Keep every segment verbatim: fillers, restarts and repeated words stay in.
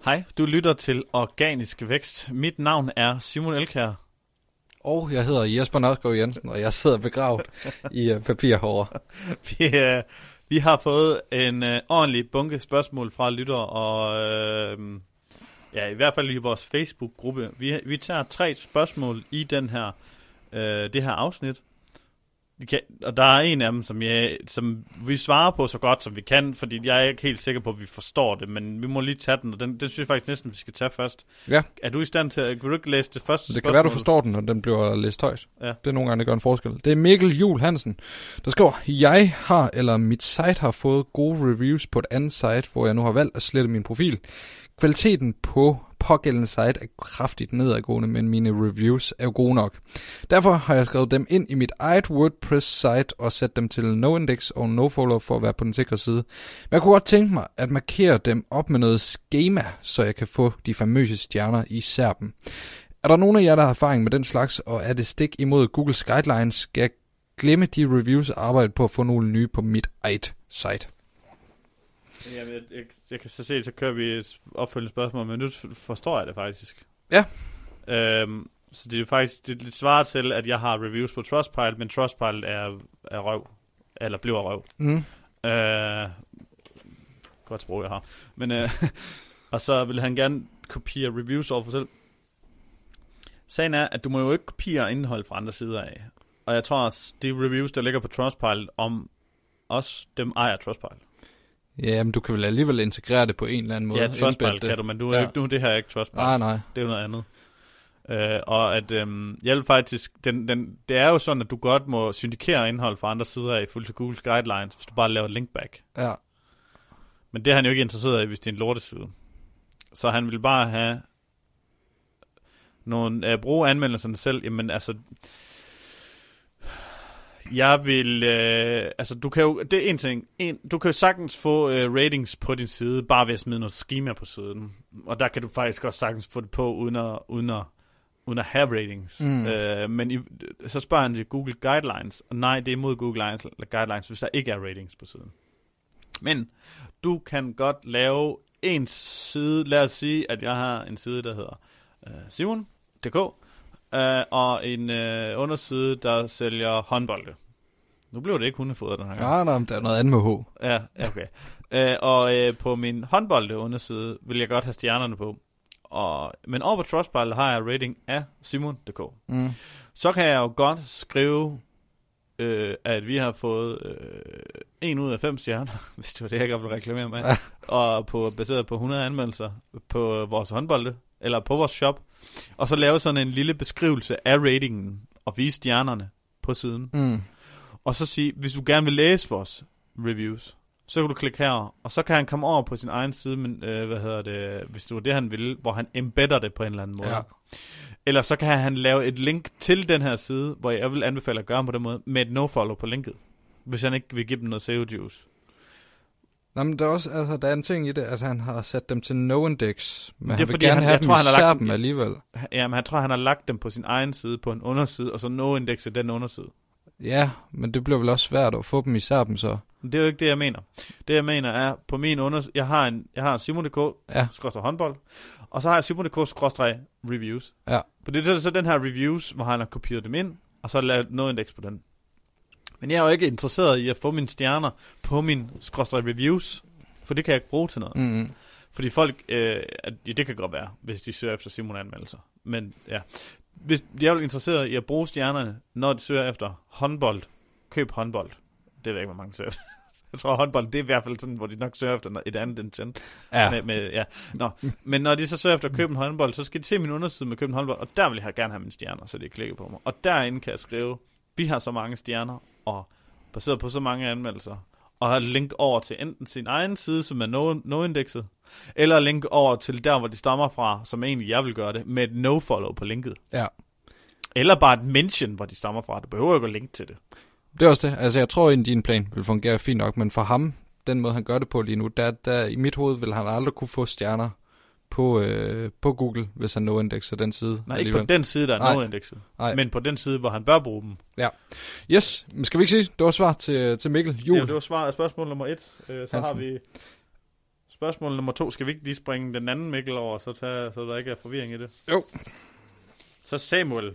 Hej, du lytter til Organisk Vækst. Mit navn er Simon Elkjær. Og jeg hedder Jesper Nørgaard Jensen, og jeg sidder begravet i uh, papir herovre. Vi, uh, vi har fået en uh, ordentlig bunke spørgsmål fra lyttere, og uh, ja, i hvert fald i vores Facebook-gruppe. Vi, vi tager tre spørgsmål i den her, uh, det her afsnit. Vi kan, og der er en af dem, som, jeg, som vi svarer på så godt, som vi kan, fordi jeg er ikke helt sikker på, at vi forstår det, men vi må lige tage den, og den, den synes jeg faktisk næsten, vi skal tage først. Ja. Er du i stand til at, kan du ikke læse det første Det spørgsmål? kan være, du forstår den, når den bliver læst højt. Ja. Det er nogle gange, det gør en forskel. Det er Mikkel Juhl Hansen, der skriver, jeg har, eller mit site har fået gode reviews på et andet site, hvor jeg nu har valgt at slette min profil. Kvaliteten på pågældende site er kraftigt nedadgående, men mine reviews er jo gode nok. Derfor har jeg skrevet dem ind i mit eget WordPress-site og sat dem til noindex og nofollow for at være på den sikre side. Men jeg kunne godt tænke mig at markere dem op med noget schema, så jeg kan få de famøse stjerner i serben. Er der nogen af jer, der har erfaring med den slags, og er det stik imod Googles guidelines, skal jeg glemme de reviews og arbejde på at få nogle nye på mit eget site? Jamen, jeg, jeg, jeg kan så se, så kører vi et opfølgende spørgsmål, men nu forstår jeg det faktisk. Ja. Øhm, så det er jo faktisk, det, det svarer til, at jeg har reviews på Trustpilot, men Trustpilot er, er røv. Eller bliver røv. Mm. Øh, godt sprog, jeg har. Men, øh, og så vil han gerne kopiere reviews over for selv. Sagen er, at du må jo ikke kopiere indhold fra andre sider af. Og jeg tror også, de reviews, der ligger på Trustpilot om os, dem ejer Trustpilot. Ja, men du kan vel alligevel integrere det på en eller anden måde. Ja, Trustpilot kan du, men du er ja. ikke, nu det her er ikke Trustpilot. Nej, nej. Det er jo noget andet. Øh, og at øhm, jeg vil faktisk, den, den, det er jo sådan, at du godt må syndikere indhold fra andre sider af i forhold til Googles guidelines, hvis du bare laver linkback. Ja. Men det er han jo ikke interesseret i, hvis det er en lorteside. Så han vil bare have nogle, øh, bruge anmeldelserne selv. Jamen altså, jeg vil, øh, altså du kan jo, det er en ting, en, du kan jo sagtens få øh, ratings på din side, bare ved at smide noget schema på siden. Og der kan du faktisk også sagtens få det på, uden at, uden at, uden at have ratings. Mm. Øh, men i, så spørger han til Google Guidelines, og nej, det er imod Google Guidelines, hvis der ikke er ratings på siden. Men du kan godt lave en side, lad os sige, at jeg har en side, der hedder øh, Simon punktum d k, Uh, og en uh, underside, der sælger håndbolde. Nu blev det ikke hundefoder den her gang. Ja, nej, men der er noget andet med H. Ja, okay. uh, og uh, på min håndbolde underside vil jeg godt have stjernerne på. Og, men over på Trustpilot har jeg rating af Simon punktum d k. Mm. Så kan jeg jo godt skrive, uh, at vi har fået uh, en ud af fem stjerner, hvis det var det, jeg godt vil reklamere med. Ja. Og på, baseret på hundrede anmeldelser på vores håndbolde, eller på vores shop. Og så lave sådan en lille beskrivelse af ratingen og vise stjernerne på siden. Mm. Og så sige, hvis du gerne vil læse vores reviews, så kan du klikke her, og så kan han komme over på sin egen side, men, øh, hvad hedder det, hvis det var det, han ville, hvor han embedder det på en eller anden måde. Ja. Eller så kan han lave et link til den her side, hvor jeg vil anbefale at gøre på den måde, med et nofollow på linket, hvis han ikke vil give dem noget S E O-juice. Nå, men der er også, altså, der er en ting i det, altså han har sat dem til noindex, men det han er vil fordi, gerne han, have jeg dem tror, han har lagt dem alligevel. Ja, men han tror, han har lagt dem på sin egen side, på en underside, og så noindexet den underside. Ja, men det bliver vel også svært at få dem i serben så. Det er jo ikke det, jeg mener. Det, jeg mener er, på min underside, jeg har en, jeg har Simon punktum d k, ja. skråstreg håndbold, og så har jeg Simon punktum d k, skråstreg reviews. Ja. På det er så den her reviews, hvor han har kopieret dem ind, og så lavet noindex på den. Men jeg er jo ikke interesseret i at få mine stjerner på min skråstreg reviews, for det kan jeg ikke bruge til noget. Mm-hmm. Fordi folk, øh, at, ja, det kan godt være, hvis de søger efter Simon-anmeldelser. Men ja, hvis de er jo interesseret i at bruge stjernerne, når de søger efter håndbold, køb håndbold. Det ved jeg ikke, hvor mange søger efter. Jeg tror, håndbold, det er i hvert fald sådan, hvor de nok søger efter et andet intent. Ja. Med, med, ja. Nå. Men når de så søger efter at købe en håndbold, så skal de se min underside med købe en håndbold, og der vil jeg gerne have mine stjerner, så de klikker på mig. Og derinde kan jeg skrive, vi har så mange stjerner, og baseret på så mange anmeldelser, og har link over til enten sin egen side, som er no, no-indekset, eller link over til der, hvor de stammer fra, som egentlig jeg vil gøre det, med et no-follow på linket. Ja. Eller bare et mention, hvor de stammer fra. Du behøver jo ikke at linke til det. Det er også det. Altså, jeg tror, at din plan vil fungere fint nok, men for ham, den måde, han gør det på lige nu, der, der i mit hoved vil han aldrig kunne få stjerner på, øh, på Google, hvis han no-indekser den side. Nej, ikke på den side, der er no-indekset, men på den side, hvor han bør bruge dem. Ja. Yes, men skal vi ikke sige, det var svar til, til Mikkel Juhl. Ja, det var svar af spørgsmål nummer et. Øh, så Hansen. Har vi Spørgsmål nummer to. Skal vi ikke lige springe den anden Mikkel over, så, tage, så der ikke er forvirring i det? Jo. Så Samuel.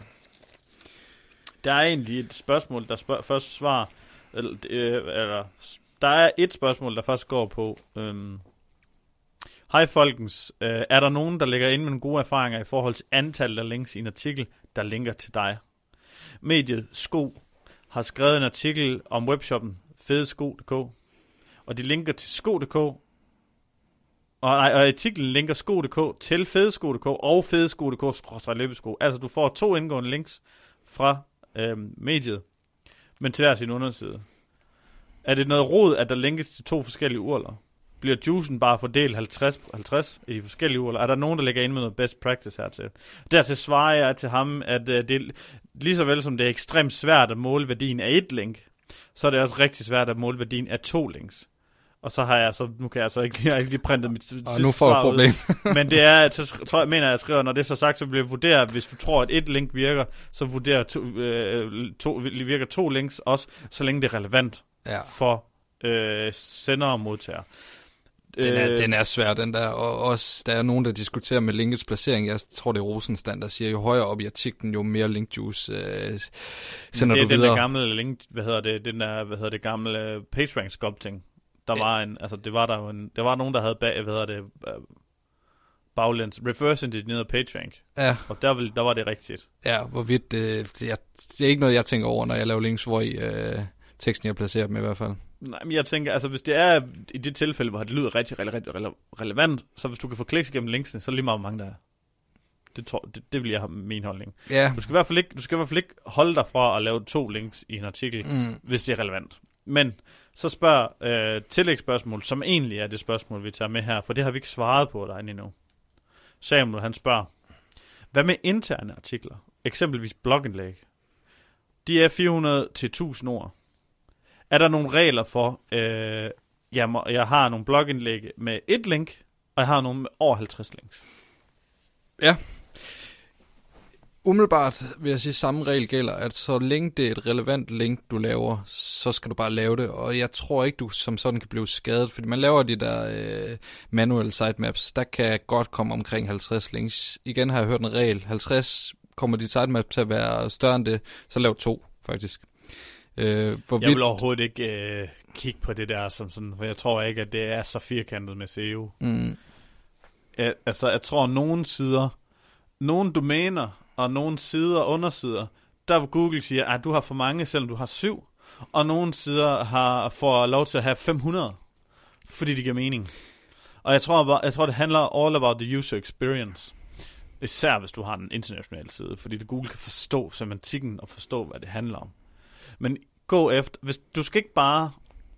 Der er egentlig et spørgsmål, der spørger, først svarer... Eller, øh, eller, der er et spørgsmål, der først går på... Øhm, Hej folkens. Øh, er der nogen, der lægger ind med nogle gode erfaringer i forhold til antallet af links i en artikel, der linker til dig? Mediet Sko har skrevet en artikel om webshoppen fedesko punktum d k, og de linker til sko punktum d k, og, nej, og artiklen linker sko punktum d k til fedesko punktum d k og fedesko punktum d k skråstreg løbesko. Altså du får to indgående links fra øh, mediet, men til hver sin underside. Er det noget rod, at der linkes til to forskellige urler? Bliver juicen bare fordelt halvtreds halvtreds i de forskellige urler? Er der nogen, der lægger ind med noget best practice hertil? Dertil svarer jeg til ham, at øh, det lige så vel som det er ekstremt svært at måle værdien af et link, så er det også rigtig svært at måle værdien af to links. Og så har jeg så, nu kan jeg så ikke, jeg har ikke lige printet mit sidste nu får du problem. Men det er, så tror jeg, mener jeg skriver, når det er så sagt, så bliver det vurderet, hvis du tror, at et link virker, så vurderer to, øh, to, virker to links også, så længe det er relevant ja. for øh, sender og modtager. Den er, øh, den er svær, den der, og også, der er nogen, der diskuterer med linkets placering. Jeg tror, det er Rosenstand, der siger, jo højere op i artiklen, jo mere linkjuice øh, sender du videre. Det er den der gamle link, hvad hedder det, den der, hvad hedder det, gamle PageRank sculpting. Der ja. var en, altså det var der jo en, der var nogen, der havde bag, hvad hedder det, baglæns, reverse engineered PageRank. Ja. Og der, vil, der var det rigtigt. Ja, hvorvidt, øh, det, er, det er ikke noget, jeg tænker over, når jeg laver links, hvor i øh, teksten, jeg placerer dem i hvert fald. Nej, men jeg tænker, altså hvis det er i det tilfælde, hvor det lyder rigtig, rigtig, rigtig rele- relevant, så hvis du kan få kliks igennem linksene, så er det lige meget, hvor mange der er. Det, tror, det, det vil jeg have min holdning. Ja. Du skal i hvert fald ikke, du skal i hvert fald ikke holde dig fra at lave to links i en artikel, mm. hvis det er relevant. Men så spørg øh, tillægsspørgsmål, som egentlig er det spørgsmål, vi tager med her, for det har vi ikke svaret på derinde endnu. Samuel, han spørger, hvad med interne artikler? Eksempelvis blogindlæg. De er fire hundrede til tusind ord. Er der nogle regler for, øh, jeg, må, jeg har nogle blogindlæg med et link, og jeg har nogle med over halvtreds links? Ja. Umiddelbart vil jeg sige, at samme regel gælder, at så længe det er et relevant link, du laver, så skal du bare lave det. Og jeg tror ikke, du som sådan kan blive skadet, fordi man laver de der øh, manual sitemaps, der kan godt komme omkring halvtreds links. Igen har jeg hørt en regel, halvtreds kommer dit sitemap til at være større end det, så lav to faktisk. Øh, jeg vil overhovedet ikke øh, kigge på det der som sådan, for jeg tror ikke, at det er så firkantet med S E O. Mm. Jeg, altså, jeg tror, nogle sider, nogle domæner og nogle sider og undersider, der Google siger, at du har for mange, selvom du har syv, og nogle sider har får lov til at have fem hundrede, fordi det giver mening. Og jeg tror, jeg tror, det handler all about the user experience. Især hvis du har en international side, fordi det Google kan forstå semantikken og forstå, hvad det handler om. Men gå efter, hvis du skal ikke bare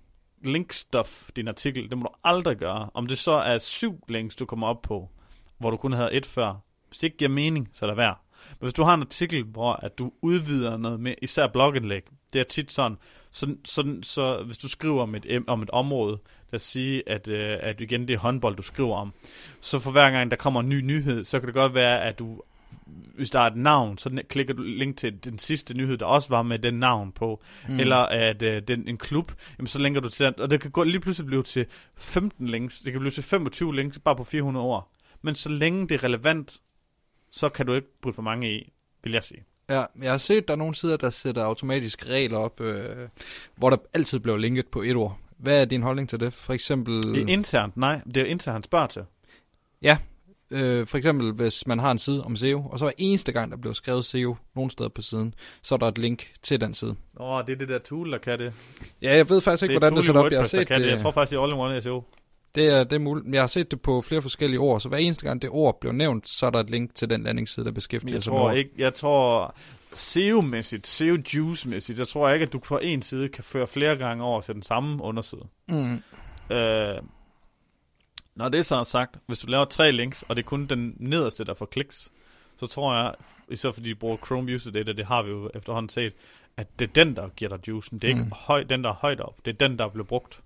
linkstuff din artikel, det må du aldrig gøre. Om det så er syv links, du kommer op på, hvor du kun havde et før. Hvis det ikke giver mening, så er det værd. Men hvis du har en artikel, hvor at du udvider noget med, især blogindlæg, det er tit sådan, så, så, så hvis du skriver om et, om et område, der siger, at, øh, at igen det er håndbold, du skriver om, så for hver gang der kommer en ny nyhed, så kan det godt være, at du, hvis der er et navn, så klikker du link til den sidste nyhed, der også var med den navn på, mm. eller at øh, den, en klub, jamen, så linker du til den, og det kan gå, lige pludselig blive til femten links, det kan blive til femogtyve links, bare på fire hundrede ord. Men så længe det er relevant, så kan du ikke bruge for mange i, vil jeg sige. Ja, jeg har set, der er nogle sider, der sætter automatisk regler op, øh, hvor der altid bliver linket på et ord. Hvad er din holdning til det? For eksempel... Internt, nej. Det er internt, han spørger til. Ja, øh, for eksempel hvis man har en side om S E O, og så er eneste gang, der bliver skrevet S E O nogle steder på siden, så er der et link til den side. Åh, oh, det er det der tool, der kan det. Ja, jeg ved faktisk ikke, det hvordan det er sat op. Jeg har set det. Jeg tror faktisk, det er all-in-one S E O. Det er, det er muligt. Jeg har set det på flere forskellige ord, så hver eneste gang det ord bliver nævnt, så er der et link til den landingsside, der beskæftiger sig med ordet. Ikke, jeg tror, S E O-mæssigt, S E O-juice-mæssigt, jeg tror ikke, at du på en side kan føre flere gange over til den samme underside. Mm. Øh, når det er så sagt, hvis du laver tre links, og det er kun den nederste, der får kliks, så tror jeg, især fordi de bruger Chrome User Data, det har vi jo efterhånden set, at det er den, der giver dig juicen. Det er mm. ikke høj, den, der er højt op. Det er den, der bliver brugt.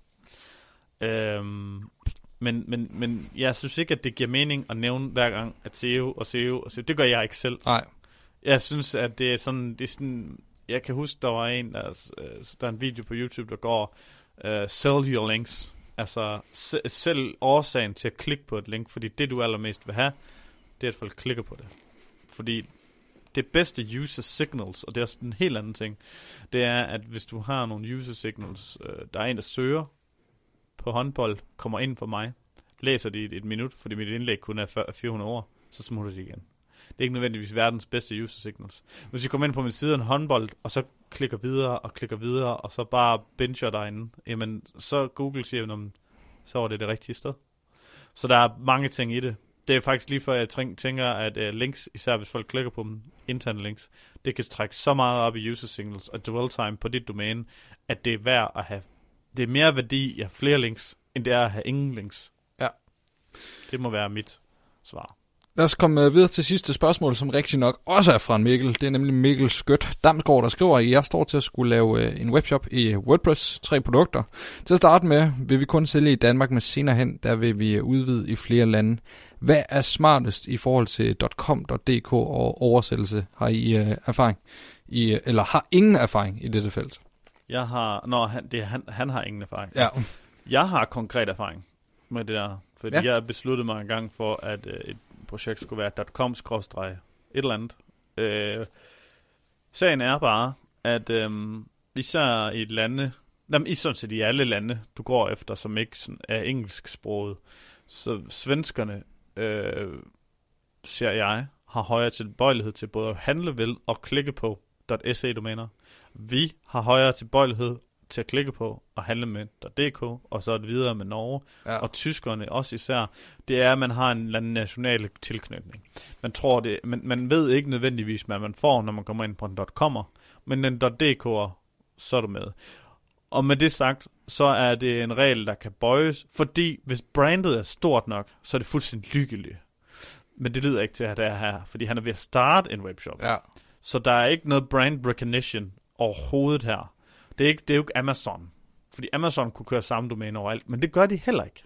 Øhm, men, men, men jeg synes ikke, at det giver mening at nævne hver gang, at S E O og S E O og S E O. Det gør jeg ikke selv. Nej. Jeg synes, at det er sådan, det er sådan, jeg kan huske, der var en, der, der er en video på YouTube, der går, uh, sell your links. altså se, selv årsagen til at klikke på et link, fordi det du allermest vil have, det er at folk klikker på det. Fordi det bedste user signals, og det er også en helt anden ting, det er, at hvis du har nogle user signals, øh, der er en, der søger på håndbold, kommer ind for mig, læser det i et, et minut, fordi mit indlæg kun er fire hundrede ord, så smutter det igen. Det er ikke nødvendigvis verdens bedste user signals. Hvis I kommer ind på min side en håndbold, og så klikker videre og klikker videre, og så bare binger derinde, jamen så Google siger, så var det det rigtige sted. Så der er mange ting i det. Det er faktisk lige før jeg tænker, at uh, links, især hvis folk klikker på dem, interne links, det kan trække så meget op i user signals og dwell time på dit domæne, at det er værd at have. Det er mere værdi at have flere links, end det er at have ingen links. Ja. Det må være mit svar. Lad os komme videre til sidste spørgsmål, som rigtig nok også er fra en Mikkel. Det er nemlig Mikkel Skødt Damsgaard, der skriver, at jeg står til at skulle lave en webshop i WordPress, tre produkter. Til at starte med vil vi kun sælge i Danmark, men senere hen, der vil vi udvide i flere lande. Hvad er smartest i forhold til .com, .dk og oversættelse? Har I uh, erfaring? I, eller har ingen erfaring i dette felt? Jeg har, nå, han, det, han, han har ingen erfaring. Ja. Jeg har konkret erfaring med det der, fordi ja. jeg besluttede mig en gang for, at uh, et projekt skulle være .com-et eller andet. Øh, sagen er bare, at øh, især i et lande, jamen, i sådan set i alle lande, du går efter, som ikke sådan er engelsksproget, så svenskerne, øh, ser jeg, har højere tilbøjelighed til både at handle vel og klikke på .se-domæner. Vi har højere tilbøjelighed til at klikke på og handle med .dk, og så er det videre med Norge, ja. Og tyskerne også især, det er, at man har en eller anden national tilknytning. Man tror det, man, man ved ikke nødvendigvis, hvad man får, når man kommer ind på en .com'er, men en .dk'er, så er du med. Og med det sagt, så er det en regel, der kan bøjes, fordi hvis brandet er stort nok, så er det fuldstændig lykkeligt. Men det lyder ikke til, at det er her, fordi han er ved at starte en webshop. Ja. Så der er ikke noget brand recognition overhovedet her. Det er, ikke, det er jo ikke Amazon. Fordi Amazon kunne køre samme domæne overalt, men det gør de heller ikke.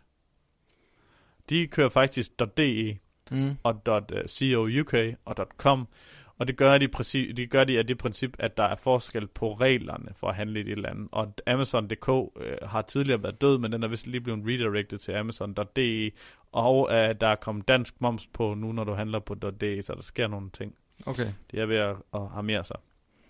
De kører faktisk .de mm. og .co.uk og .com, og det gør de, præcis, det gør de af det princip, at der er forskel på reglerne for at handle i det eller andet. Og Amazon punktum d k øh, har tidligere været død, men den er vist lige blevet redirected til Amazon punktum d e, og øh, der er kommet dansk moms på nu, når du handler på .de, så der sker nogle ting. Okay. Det er ved at, at harmere sig.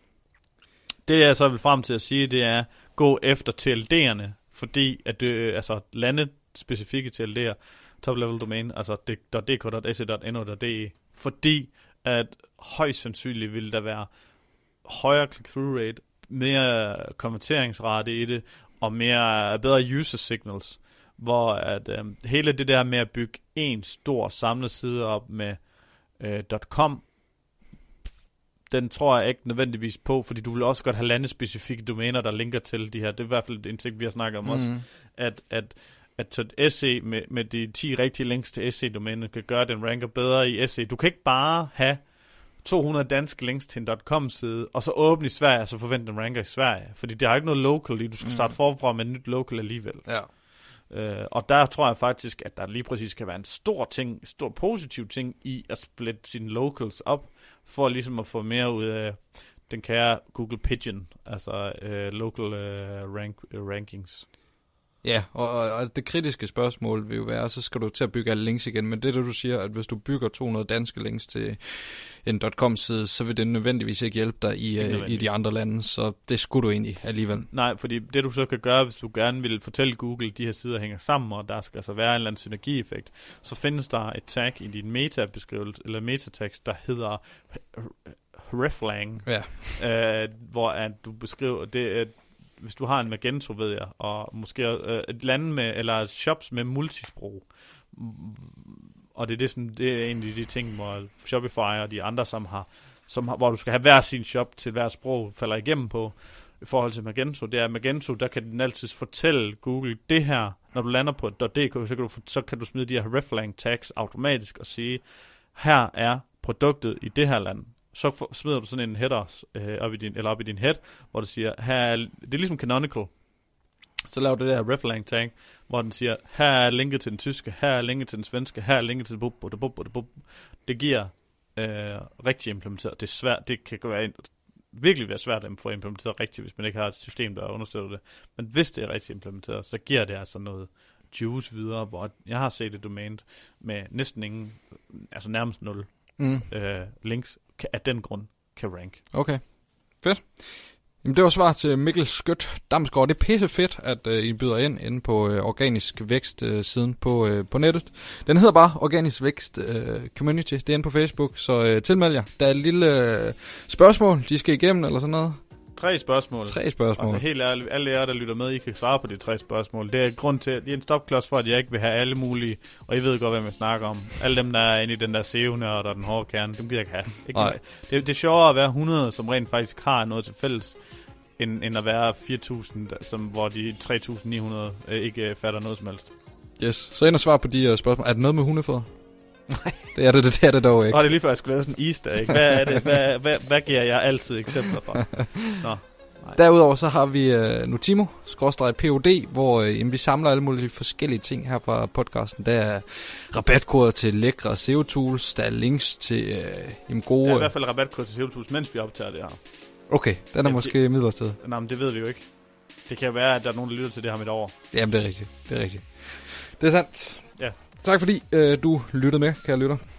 Det jeg så vil frem til at sige, det er gå efter T L D'erne, fordi at det, altså landespecifikke T L D'er, top level domain, altså .dk, .se, .no, .de, fordi at højst sandsynligt vil der være højere click-through rate, mere konverteringsrate i det, og mere bedre user signals, hvor at øh, hele det der med at bygge en stor samlet side op med øh, .com, den tror jeg ikke nødvendigvis på, fordi du vil også godt have landespecifikke domæner, der linker til de her. Det er i hvert fald en ting, vi har snakket om mm. også, at, at, at S E med, med de ti rigtige links til S E-domænet kan gøre, at den ranker bedre i S E. Du kan ikke bare have to hundrede danske links til en .com-side, og så åbne i Sverige, og så forvente den ranker i Sverige. Fordi det har ikke noget local i. Du skal starte mm. forfra med et nyt local alligevel. Ja. Uh, og der tror jeg faktisk, at der lige præcis kan være en stor ting, stor positiv ting i at splitte sine locals op, for ligesom at få mere ud af den kære Google Pigeon, altså uh, local uh, rank, uh, rankings. Ja, og, og, og det kritiske spørgsmål vil jo være, så skal du til at bygge alle links igen, men det er det, du siger, at hvis du bygger to hundrede danske links til en .com-side, så vil det nødvendigvis ikke hjælpe dig i, uh, i de andre lande, så det skulle du egentlig alligevel. Nej, fordi det du så kan gøre, hvis du gerne vil fortælle Google, at de her sider hænger sammen, og der skal altså være en eller anden synergieffekt, så findes der et tag i din meta-beskrivelse, eller metatekst, der hedder reflang, ja. øh, hvor at du beskriver det, hvis du har en Magento, ved jeg, og måske øh, et land med, eller shops med multisprog, og det er, det, som, det er egentlig de ting, hvor Shopify og de andre, som har, som har, hvor du skal have hver sin shop til hver sprog, falder igennem på, i forhold til Magento. Det er Magento, der kan den altid fortælle Google, det her, når du lander på .dk, så kan du, så kan du smide de her reflang tags automatisk og sige, her er produktet i det her land. Så for, smider du sådan en header øh, op i din, eller op i din head, hvor du siger, her er, det er ligesom Canonical. Så laver du det der reflang tag, hvor den siger, her er linket til den tyske, her er linket til den svenske, her er linket til den bub, bub, bub, bub. Det giver øh, rigtig implementeret. Det er svært, det kan være virkelig være svært at få implementeret rigtigt, hvis man ikke har et system, der understøtter det. Men hvis det er rigtigt implementeret, så giver det altså noget juice videre, hvor jeg har set et domæne med næsten ingen, altså nærmest nul mm. øh, links, af den grund kan rank. Okay, fedt. Jamen, det var svar til Mikkel Skødt Damsgaard. Det er pisse fedt, at øh, I byder ind inde på øh, Organisk Vækst øh, siden på, øh, på nettet. Den hedder bare Organisk Vækst øh, Community. Det er inde på Facebook, så øh, tilmeld jer. Der er et lille øh, spørgsmål, de skal igennem eller sådan noget. Tre spørgsmål. Tre spørgsmål. Altså helt ærligt, alle jer, der lytter med, I kan svare på de tre spørgsmål. Det er grund til, det er en stopklods for, at jeg ikke vil have alle mulige, og I ved godt, hvad man snakker om. Alle dem, der er inde i den der S E O-nørd og den hårde kerne, dem gider jeg ikke have. Ikke det, det er sjovere at være hundrede, som rent faktisk har noget til fælles, end, end at være fire tusind, som, hvor de tre tusind ni hundrede øh, ikke øh, fatter noget som helst. Yes, så ind og svar på de uh, spørgsmål. Er det noget med hundefoder? Nej. Det er det, det, det er det dog ikke. Og det er lige før, jeg skulle lave sådan en easter, ikke? Hvad er det? Hvad, hvad, hvad giver jeg altid eksempler fra? Nå. Nej. Derudover så har vi uh, Notimo, skråstreg P O D, hvor uh, jamen, vi samler alle mulige forskellige ting her fra podcasten. Der er rabatkoder til lækre S E O-tools, der er links til uh, jamen, gode... Ja, i hvert fald rabatkoder til S E O-tools, mens vi optager det her. Okay, den er ja, måske det... midlertidig. Nej, men det ved vi jo ikke. Det kan jo være, at der er nogen, der lytter til det her med et år. Jamen, det er rigtigt. Det er rigtigt. Det er sandt. Ja. Tak fordi uh, du lyttede med, kære lytter.